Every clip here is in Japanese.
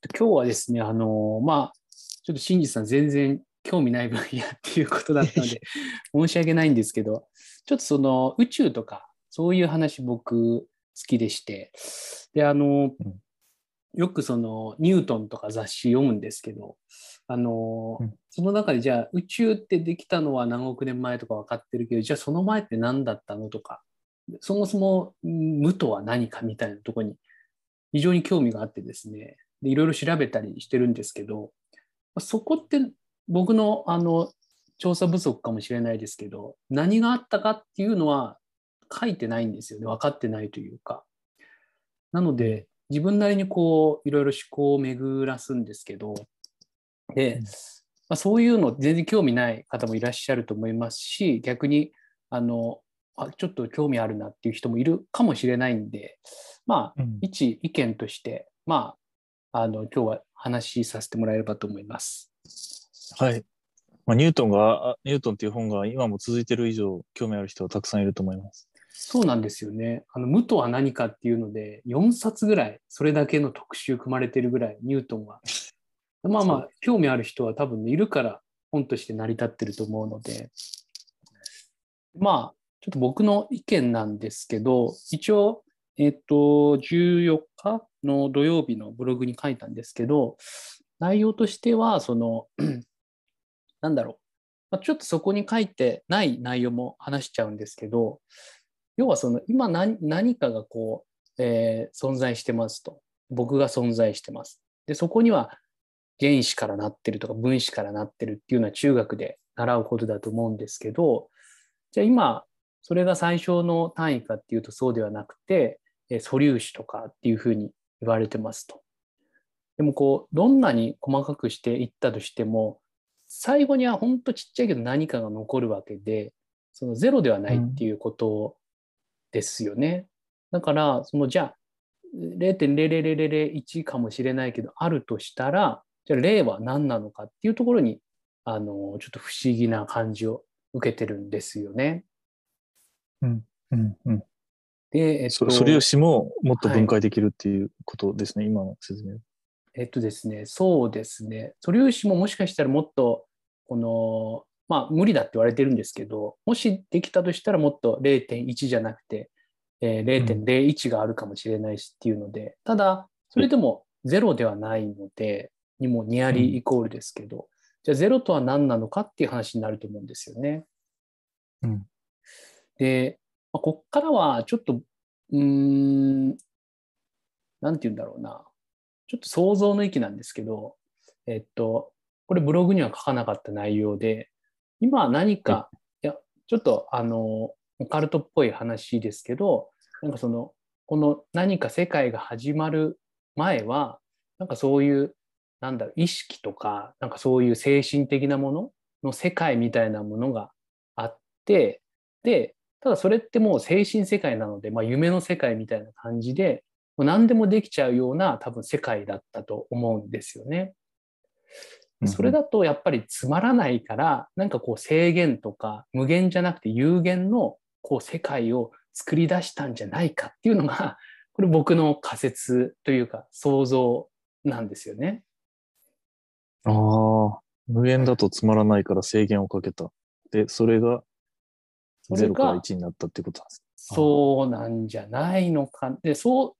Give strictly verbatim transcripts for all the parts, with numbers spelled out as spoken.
と今日はですね、あのまあ、ちょっと新次さん全然興味ない分野っていうことだったので申し訳ないんですけど、ちょっとその宇宙とかそういう話僕好きでして、で、あの、 うんよくそのニュートンとか雑誌読むんですけど、あの、 うんその中でじゃあ宇宙ってできたのは何億年前とか分かってるけど、じゃあその前って何だったのとか、そもそも無とは何かみたいなところに非常に興味があってですね、でいろいろ調べたりしてるんですけど、そこって僕のあの調査不足かもしれないですけど、何があったかっていうのは書いてないんですよね。分かってないというか。なのうんで、自分なりにこう、いろいろ思考を巡らすんですけど、で、 うんまあ、そういうの全然興味ない方もいらっしゃると思いますし、逆に、あの、あ、ちょっと興味あるなっていう人もいるかもしれないんで、まあ、 うん一意見として、まあ、あの、今日は話しさせてもらえればと思います。 はい。まあ、ニュートンが、あニュートンっていう本が今も続いてる以上、興味ある人はたくさんいると思います。 そうなんですよね。あの、無とは何かっていうので、よんさつぐらい、それだけの特集組まれてるぐらい、ニュートンは。まあまあ、 そう。 興味ある人は多分ね、いるから本として成り立ってると思うので、まあ、ちょっと僕の意見なんですけど、一応、えっと、じゅうよっかの土曜日のブログに書いたんですけど、内容としては、その、なんだろう、まあ、ちょっとそこに書いてない内容も話しちゃうんですけど、要はその今何何かがこう、えー存在してますと。僕が存在してます。で、そこには原子からなってるとか分子からなってるっていうのは中学で習うことだと思うんですけど、じゃあ今、それが最小の単位かっていうとそうではなくて、素粒子とかっていうふうに言われてますと。でもこう、どんなに細かくしていったとしても、最後には本当ちっちゃいけど何かが残るわけで、そのゼロではないってうん。 いうことですよね。だから、そのじゃあ、れいてんれいれいれいれいいちかもしれないけど、あるとしたら、じゃあれいは何なのかっていうところに、あの、ちょっと不思議な感じを受けてるんですよね。 うん。うん。うん。 で、えっそ、素粒と、 子ももっとはい。 分解できるっていうことですね、今の説明。 えっとですね、そうですね。素粒子ももしかしたらもっと、この、まあ、無理だって言われてるんですけど、もしできたとしたらもっとれいてんいちじゃなくて、えー、 うん。 れいてんれいいちがあるかもしれないしっていうので、ただ、そはい。 れでもゼロではないので、にもニアうん。 リーイコールですけど、じゃあゼロとは何なのかっていう話になると思うんですよね。 うん。 で、まあ、こっからはちょっと、うーん、なんて言うんだろうな。ちょっと想像の域なんですけど、えっと、これブログには書かなかった内容で、今何はい。 か、いや、ちょっとあの、オカルトっぽい話ですけど、なんかその、この何か世界が始まる前は、なんかそういう、なんだろう、意識とか、なんかそういう精神的なものの世界みたいなものがあって、で、ただそれってもう精神世界なので、まあ夢の世界みたいな感じで、もう何でもできちゃうような多分世界だったと思うんですよね。 うん。うん。 それだとやっぱりつまらないから、なんかこう制限とか無限じゃなくて有限のこう世界を作り出したんじゃないかっていうのが、これ僕の仮説というか想像なんですよね。 ああ、無限だとつまらないから制限をかけた。で、それがそれゼロからがいちになったってことなんです。ああ。 そうなんじゃないのか。で、そう、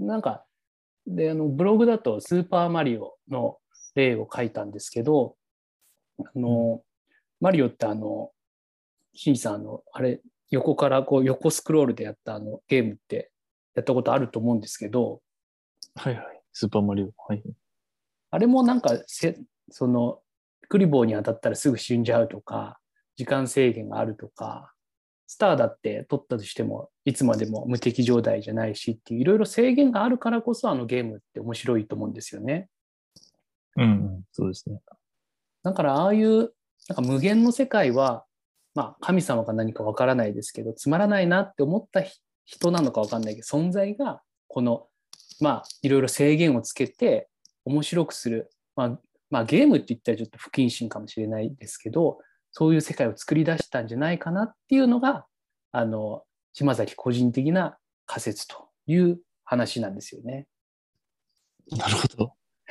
なんか、で、あの、ブログだとスーパーマリオの例を書いたんですけど、あうん。 の、マリオってあの、シーさん、あの、あれ、横からこう横スクロールでやったあのゲームってやったことあると思うんですけど、 はいはい。スーパーマリオ。はい。 あれもなんかせ、その、クリボーに当たったらすぐ死んじゃうとか、時間制限があるとか、スターだって取ったとしても、いつまでも無敵状態じゃないしっていう、いろいろ制限があるからこそ、あのゲームって面白いと思うんですよね。 うん、うん。そうですね。 だから、ああいう、なんか無限の世界は、まあ、神様か何かわからないですけど、つまらないなって思った人なのかわかんないけど、存在が、この、まあ、いろいろ制限をつけて、面白くする。まあ、まあ、ゲームって言ったらちょっと不謹慎かもしれないですけど、そういう世界を作り出したんじゃないかなっていうのが、あの、島崎個人的な仮説という話なんですよね。 なるほど。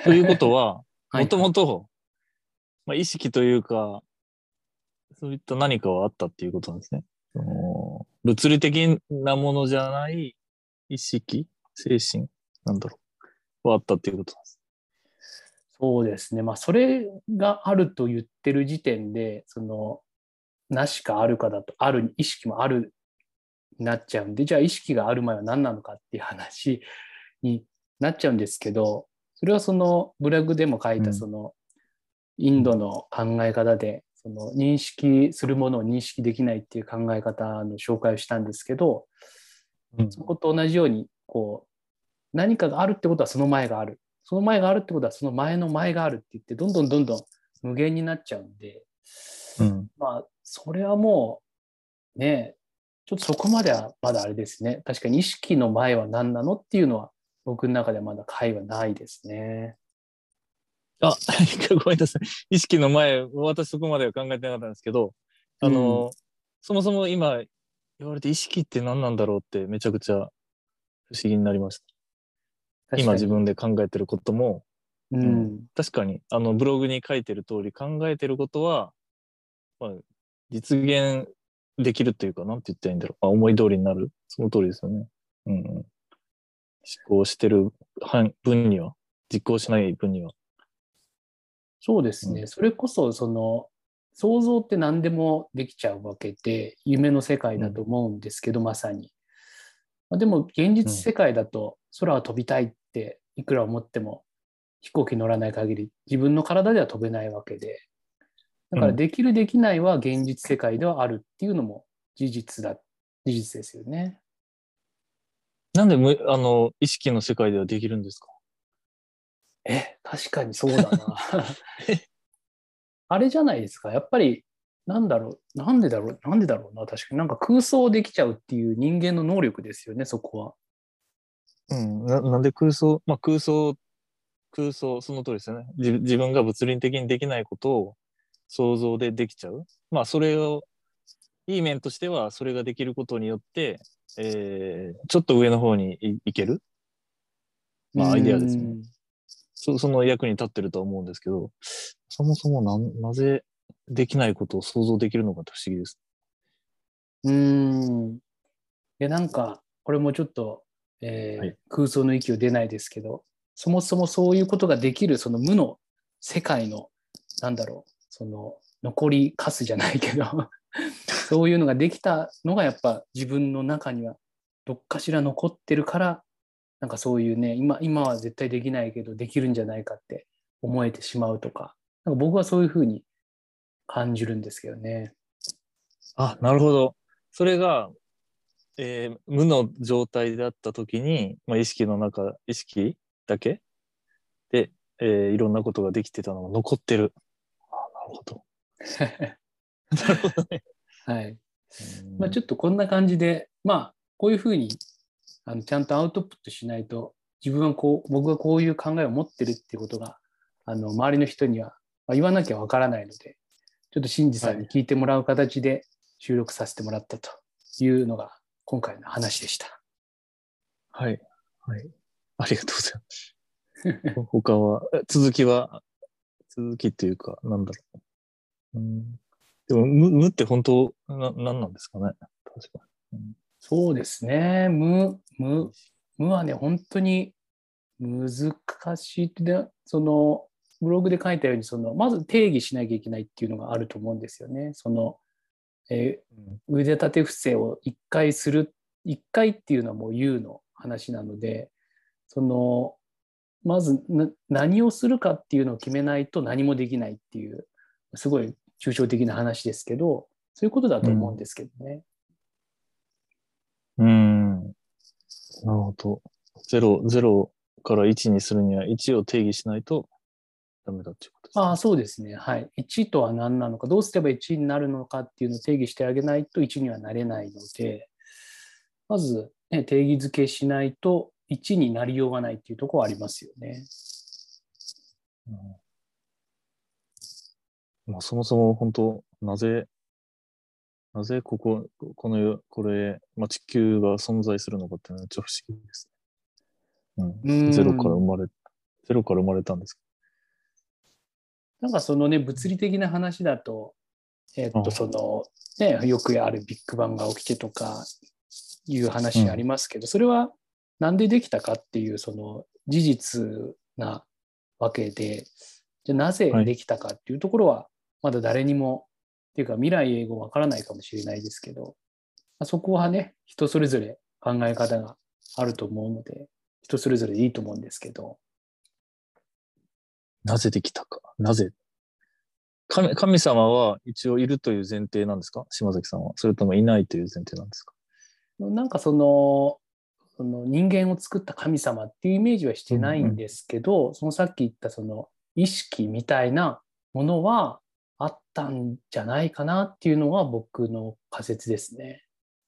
ということは、 はいもともと、まあ、意識というか、そういった何かはあったっていうことなんですね。その物理的なものじゃない意識、精神、なんだろう、はあったっていうことなんです。 そうですね。まあ、それがあると言ってる時点で、その、なしかあるかだと、ある、意識もあるになっちゃうんで、じゃあ意識がある前は何なのかっていう話になっちゃうんですけど、それはそのブログでも書いうん。 たそのインドの考え方で、その認識するものを認識できないっていう考え方の紹介をしたんですけど、 うん。 そこと同じように、こう、何かがあるってことはその前がある。その前があるってことはその前の前があるって言って、どんどんどんどん無限になっちゃうんで、 うん。 まあ、それはもうね、ちょっとそこまではまだあれですね。確かに意識の前は何なのっていうのは、僕の中ではまだ解はないですね。 あ、ごめんなさい。意識の前、私そこまでは考えてなかったんですけど、 うん。 あの、そもそも今言われて意識って何なんだろうってめちゃくちゃ不思議になりました。今自確かに。 分で考えてることも、うん、 うん。 確かにあのブログに書いてる通り考えてることは、まあ、実現できるというか、なんて言ったらいいんだろう。まあ、思い通りになる。その通りですよね。うん、うん。思考してる分には、実行しない分には。 そうですね。 うん。 それこそ、その、想像って何でもできちゃうわけで、夢の世界うん。 だと思うんですけど、まさに。まあでも、現実うん。 世界だと、空は飛びたいっていくら思っても、飛行機乗らない限り、自分の体では飛べないわけで、だから、 うん。 できる、できないは現実世界ではあるっていうのも事実だ、事実ですよね。 なんでむ、あの、意識の世界ではできるんですか？ え、確かにそうだな。あれじゃないですか。やっぱり、なんだろう、なんでだろう、なんでだろうな。確かになんか空想できちゃうっていう人間の能力ですよね、そこは。 うん。な、なんで空想、まあ空想、空想、その通りですよね。自、自分が物理的にできないことを想像でできちゃう。まあそれを、いい面としては、それができることによって、えー、ちょっと上の方にい行ける。 うーまあアイデアですよね。 ん。 そ、その役に立ってるとは思うんですけど、そもそもな、なぜできないことを想像できるのかって不思議です。 うーん。いや、なんか、これもちょっと、 はい。 えー空想の域を出ないですけど、そもそもそういうことができる、その無の世界の、なんだろう、その、残りカスじゃないけどそういうのができたのがやっぱ自分の中にはどっかしら残ってるから、なんかそういうね、今、今は絶対できないけどできるんじゃないかって思えてしまうとか、なんか僕はそういうふうに感じるんですけどね。 あ、なるほど。それが、えー無の状態であったときに、まあ、意識の中、意識だけで、えーいろんなことができてたのが残ってる。あ、なるほど。なるほどね。 はい。 うまあちん。 ょっとこんな感じで、まあこういうふうにあのちゃんとアウトプットしないと、自分はこう、僕がこういう考えを持ってるっていうことが、あの周りの人には、まあ、言わなきゃわからないので、ちょっとシンジさんにはい。 聞いてもらう形で収録させてもらったというのが今回の話でした。 はい。はい。ありがとうございます。他は、え続きは、続きっていうか、なんだろう。うん、でも、無、無って本当、な、なんなんですかね。確かに。 そうですね。無、 うん。 無、無はね、本当に難しいで、その、ブログで書いたように、その、まず定義しなきゃいけないっていうのがあると思うんですよね。その、えー腕立て伏せを一回する、一回っていうのはもう言うの話なので、その、まずな何をするかっていうのを決めないと何もできないっていう、すごい抽象的な話ですけど、そういうことだうん。 と思うんですけどね。 うん。なるほど。ゼロ、ゼロからいちにするにはいちを定義しないとダメだっていうことですね。 ああ、そうですね。はい。いちとは何なのか、どうすればいちになるのかっていうのを定義してあげないといちにはなれないので、まず、ね、定義づけしないといちになりようがないっていうところはありますよね。 うん、まあ、そもそも本当、なぜ、なぜここ、この世、これ、まあ、地球が存在するのかっていうのはめっちゃ不思議ですね。ううーん。ゼロから生ん。 まれ、 ゼロから生まれたんですか？ なんかそのね、物理的な話だと、えっと、その、ね、よくあるビッグバンが起きてとかいう話ありますけど、うん、それはなんでできたかっていうその事実なわけで、じゃあなぜできたかっていうところは、まだ誰にも、っていうか未来永劫わからないかもしれないですけど、そこはね、人それぞれ考え方があると思うので、人それぞれいいと思うんですけど。 なぜできたか。なぜ神、神様は一応いるという前提なんですか、島崎さんは。それともいないという前提なんですか？ なんかその、その人間を作った神様っていうイメージはしてないんですけど、うんうん、そのさっき言ったその意識みたいなものはあったんじゃないかなっていうのが僕の仮説ですね。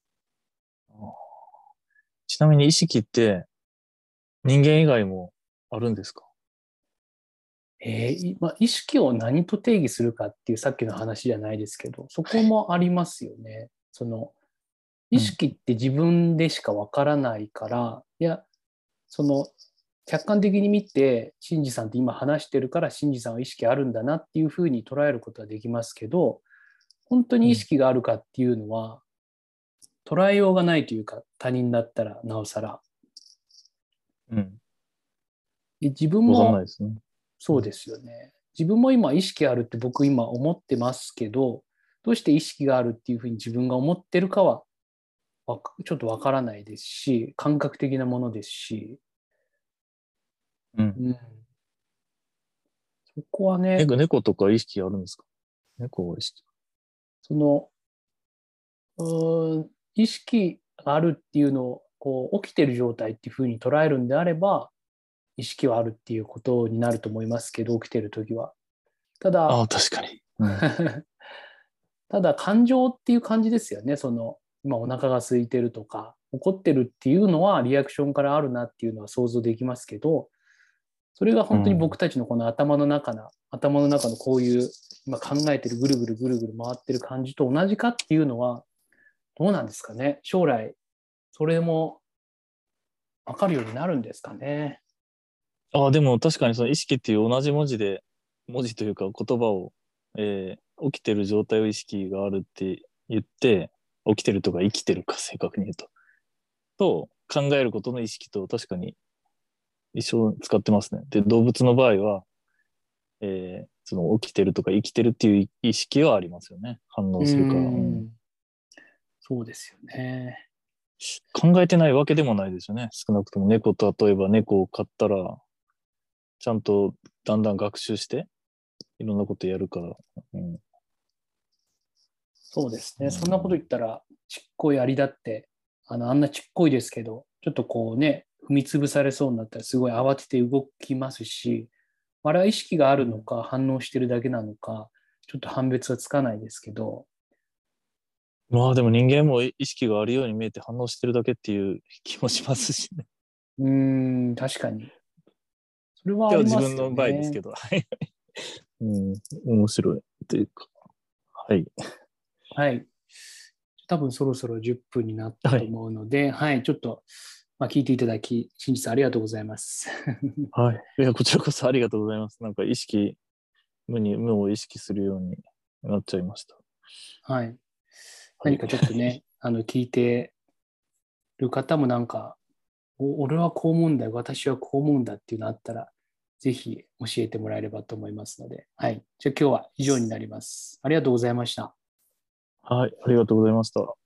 ちなみに意識って人間以外もあるんですか？ えーまあ、意識を何と定義するかっていうさっきの話じゃないですけど、そこもありますよね。その意識って自分でしかわからないから、いや、その客観的に見て、シンジさんって今話してるから、シンジさんは意識あるんだなっていうふうに捉えることはできますけど、本当に意識があるかっていうのは、捉えようがないというか、他人だったらなおさら。 うん。 自分わかんないもですね。 そうですよね。自分も今意識あるって僕今思ってますけど、どうして意識があるっていうふうに自分が思ってるかはちょっとわからないですし、感覚的なものですし、 うん。 うん、そこはね、 猫、猫とか意識あるんですか？猫は意識。 その、うーん、意識があるっていうのをこう起きてる状態っていうふうに捉えるんであれば、意識はあるっていうことになると思いますけど、起きてるときは。ただ、 ああ、確かに。うん、 ただ感情っていう感じですよね。その、今お腹が空いてるとか、怒ってるっていうのはリアクションからあるなっていうのは想像できますけど、それが本当に僕たちのこの頭の中な、頭の中のこういう今考えてるぐるぐるぐるぐる回ってる感じと同じかっていうのはどうなんですかね。将来、それも分かるようになるんですかね。 ああ、でも確かにその意識っていう同じ文字で、文字というか言葉を、えー起きてる状態を意識があるって言って、起きてるとか生きてるか正確に言うと、と考えることの意識と確かに一緒に使ってますね。で、動物の場合は、えーその起きてるとか生きてるっていう意識はありますよね。反うー応するから。うん、 ん、そうですよね。 考えてないわけでもないですよね。少なくとも猫と例えば猫を飼ったら、ちゃんとだんだん学習して、いろんなことやるから。うん、 そうですね。そんなことうん、 言ったら、ちっこいアリだって、あの、あんなちっこいですけど、ちょっとこうね、踏み潰されそうになったらすごい慌てて動きますし、あれは意識があるのか反応してるだけなのか、ちょっと判別はつかないですけど、 まあでも人間も意識があるように見えて反応してるだけっていう気もしますしね。 うーん、確かに。それはあ今日りますよ自分の場合ですね。 けど、はい。うん、面白いというか、はい。 はい。多分そろそろじゅっぷんになったとはい。 思うので、はい、ちょっと、まあ、聞いていただき、真実ありがとうございます。 はい。いや、こちらこそありがとうございます。なんか意識、無に無を意識するようになっちゃいました。 はい。 はい。 何かちょっとね、あの、聞いてる方もなんか、お俺はこう思うんだよ、私はこう思うんだっていうのあったら、ぜひ教えてもらえればと思いますので、はい。じゃあ今日は以上になります。ありがとうございました。 はい。ありがとうございました。